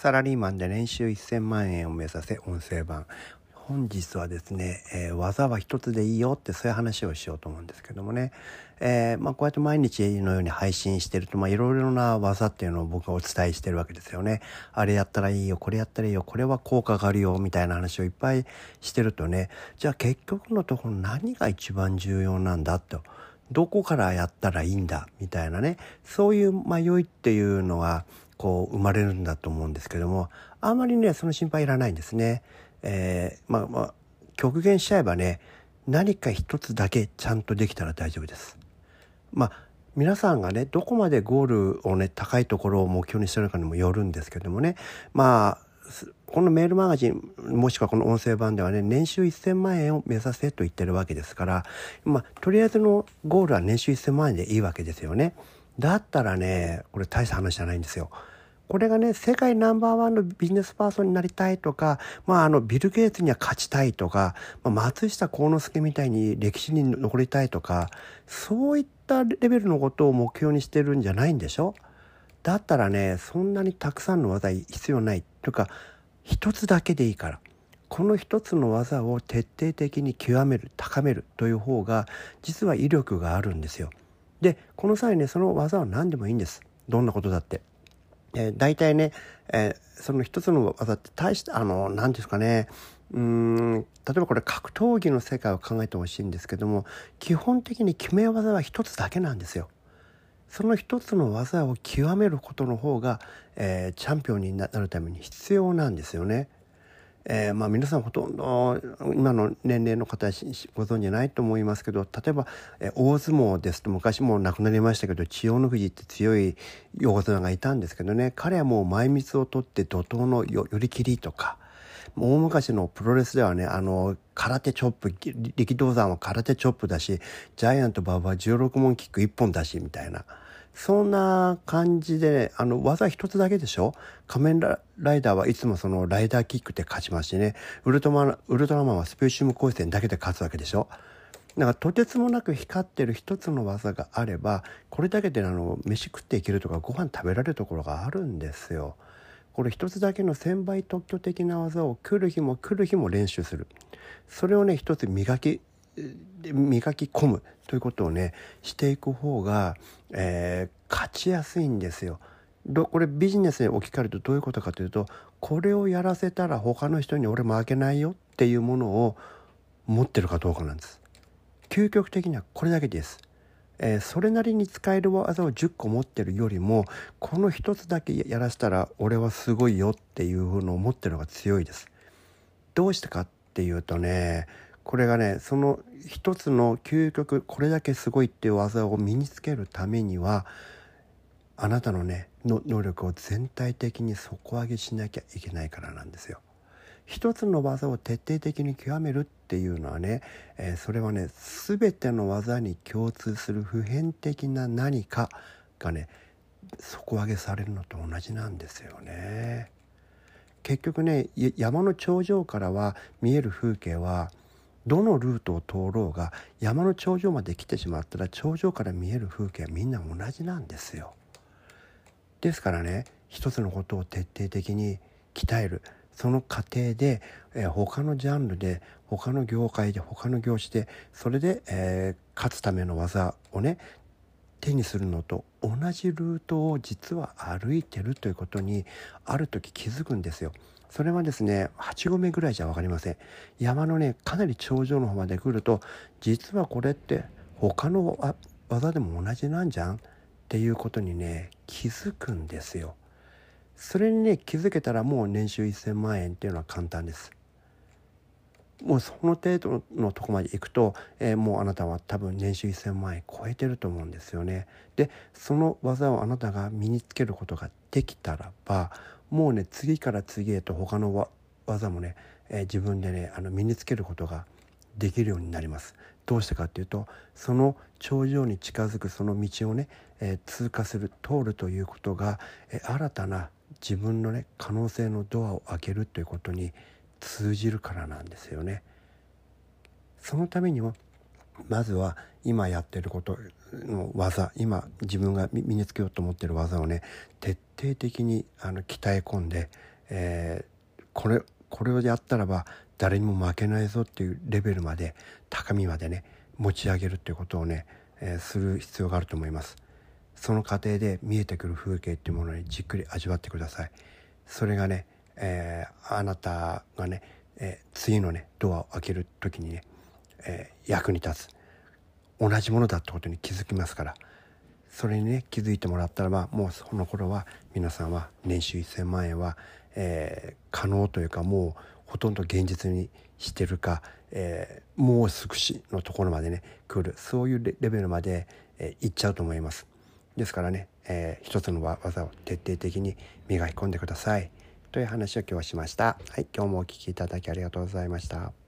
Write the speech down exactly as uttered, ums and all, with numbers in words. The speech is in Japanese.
サラリーマンで年収せんまんえんを目指せ音声版。本日はですね、えー、技は一つでいいよってそういう話をしようと思うんですけどもね、えー、まあこうやって毎日のように配信してると、まあいろいろな技っていうのを僕はお伝えしてるわけですよね。あれやったらいいよ、これやったらいいよ、これは効果があるよみたいな話をいっぱいしてるとね、じゃあ結局のところ何が一番重要なんだと。どこからやったらいいんだみたいなね、そういう迷いっていうのはこう生まれるんだと思うんですけども、あんまりねその心配いらないんですね。えー、まあまあ極限しちゃえばね、何か一つだけちゃんとできたら大丈夫です。まあ皆さんがねどこまでゴールをね高いところを目標にしてるかにもよるんですけどもね、まあこのメールマガジンもしくはこの音声版ではね、年収せんまんえんを目指せと言ってるわけですから、まあとりあえずのゴールは年収せんまんえんでいいわけですよね。だったらね、これ大した話じゃないんですよ。これがね、世界ナンバーワンのビジネスパーソンになりたいとか、まああのビル・ゲイツには勝ちたいとか、まあ、松下幸之助みたいに歴史に残りたいとか、そういったレベルのことを目標にしてるんじゃないんでしょ。だったらね、そんなにたくさんの技必要ないというか、一つだけでいいから、この一つの技を徹底的に極める、高めるという方が実は威力があるんですよ。で、この際ね、その技は何でもいいんです。どんなことだって。えー、大体ね、えー、その一つの技って大してあの何ですかね、うーん例えばこれ格闘技の世界を考えてほしいんですけども、基本的に決め技は一つだけなんですよ。その一つの技を極めることの方が、えー、チャンピオンになるために必要なんですよね。えーまあ、皆さんほとんど今の年齢の方はご存じないと思いますけど、例えば、えー、大相撲ですと、昔もう亡くなりましたけど千代の富士って強い横綱がいたんですけどね、彼はもう前みつを取って怒涛の寄り切りとか、大昔のプロレスではね、あの空手チョップ、力道山は空手チョップだし、ジャイアント馬場はじゅうろくもんキックいっぽんだしみたいな、そんな感じで、あの技一つだけでしょ。仮面ライダーはいつもそのライダーキックで勝ちますしね、ウルトラマンウルトラマンはスペシウム光線だけで勝つわけでしょ。だからとてつもなく光ってる一つの技があれば、これだけであの飯食っていけるとかご飯食べられるところがあるんですよ。これ一つだけの専売特許的な技を来る日も来る日も練習する、それをね一つ磨き磨き込むということをねしていく方が、えー、勝ちやすいんですよ。どこれビジネスに置き換えるとどういうことかというと、これをやらせたら他の人に俺負けないよっていうものを持ってるかどうかなんです。究極的にはこれだけです。えー、それなりに使える技をじゅっこ持ってるよりも、この一つだけやらせたら俺はすごいよっていうのを持ってるのが強いです。どうしてかっていうとね、これがね、その一つの究極、これだけすごいっていう技を身につけるためには、あなたのねの能力を全体的に底上げしなきゃいけないからなんですよ。一つの技を徹底的に極めるっていうのはね、えー、それはね全ての技に共通する普遍的な何かがね底上げされるのと同じなんですよね。結局ね、山の頂上からは見える風景はどのルートを通ろうが、山の頂上まで来てしまったら頂上から見える風景はみんな同じなんですよ。ですからね、一つのことを徹底的に鍛える、その過程で、えー、他のジャンルで他の業界で他の業種でそれで、えー、勝つための技をね手にするのと同じルートを実は歩いてるということにある時気づくんですよ。それはですね、はち合目ぐらいじゃ分かりません。山のねかなり頂上の方まで来ると、実はこれって他の技でも同じなんじゃんっていうことにね気づくんですよ。それにね気づけたらもう年収せんまんえんっていうのは簡単です。もうその程度のとこまで行くと、えー、もうあなたは多分年収せんまんえん超えてると思うんですよね。でその技をあなたが身につけることができたらば、もうね次から次へと他の技もね、えー、自分でねあの身につけることができるようになります。どうしてかっていうと、その頂上に近づくその道をね、えー、通過する通るということが、えー、新たな自分のね可能性のドアを開けるということに通じるからなんですよね。そのためにはまずは今やってることの技、今自分が身につけようと思ってる技をね徹底的にあの鍛え込んで、 えー、これこれをやったらば誰にも負けないぞっていうレベルまで、高みまでね持ち上げるっていうことをね、えー、する必要があると思います。その過程で見えてくる風景っていうものにじっくり味わってください。それがね、えー、あなたがね、えー、次のねドアを開ける時にね、えー、役に立つ、同じものだってことに気づきますから、それにね気づいてもらったらば、もうその頃は皆さんは年収せんまん円は、えー、可能というか、もうほとんど現実にしてるか、えー、もう少しのところまでね来る、そういうレベルまで、えー、いっちゃうと思います。ですからね、えー、一つの技を徹底的に磨き込んでくださいという話を今日はしました。はい、今日もお聞きいただきありがとうございました。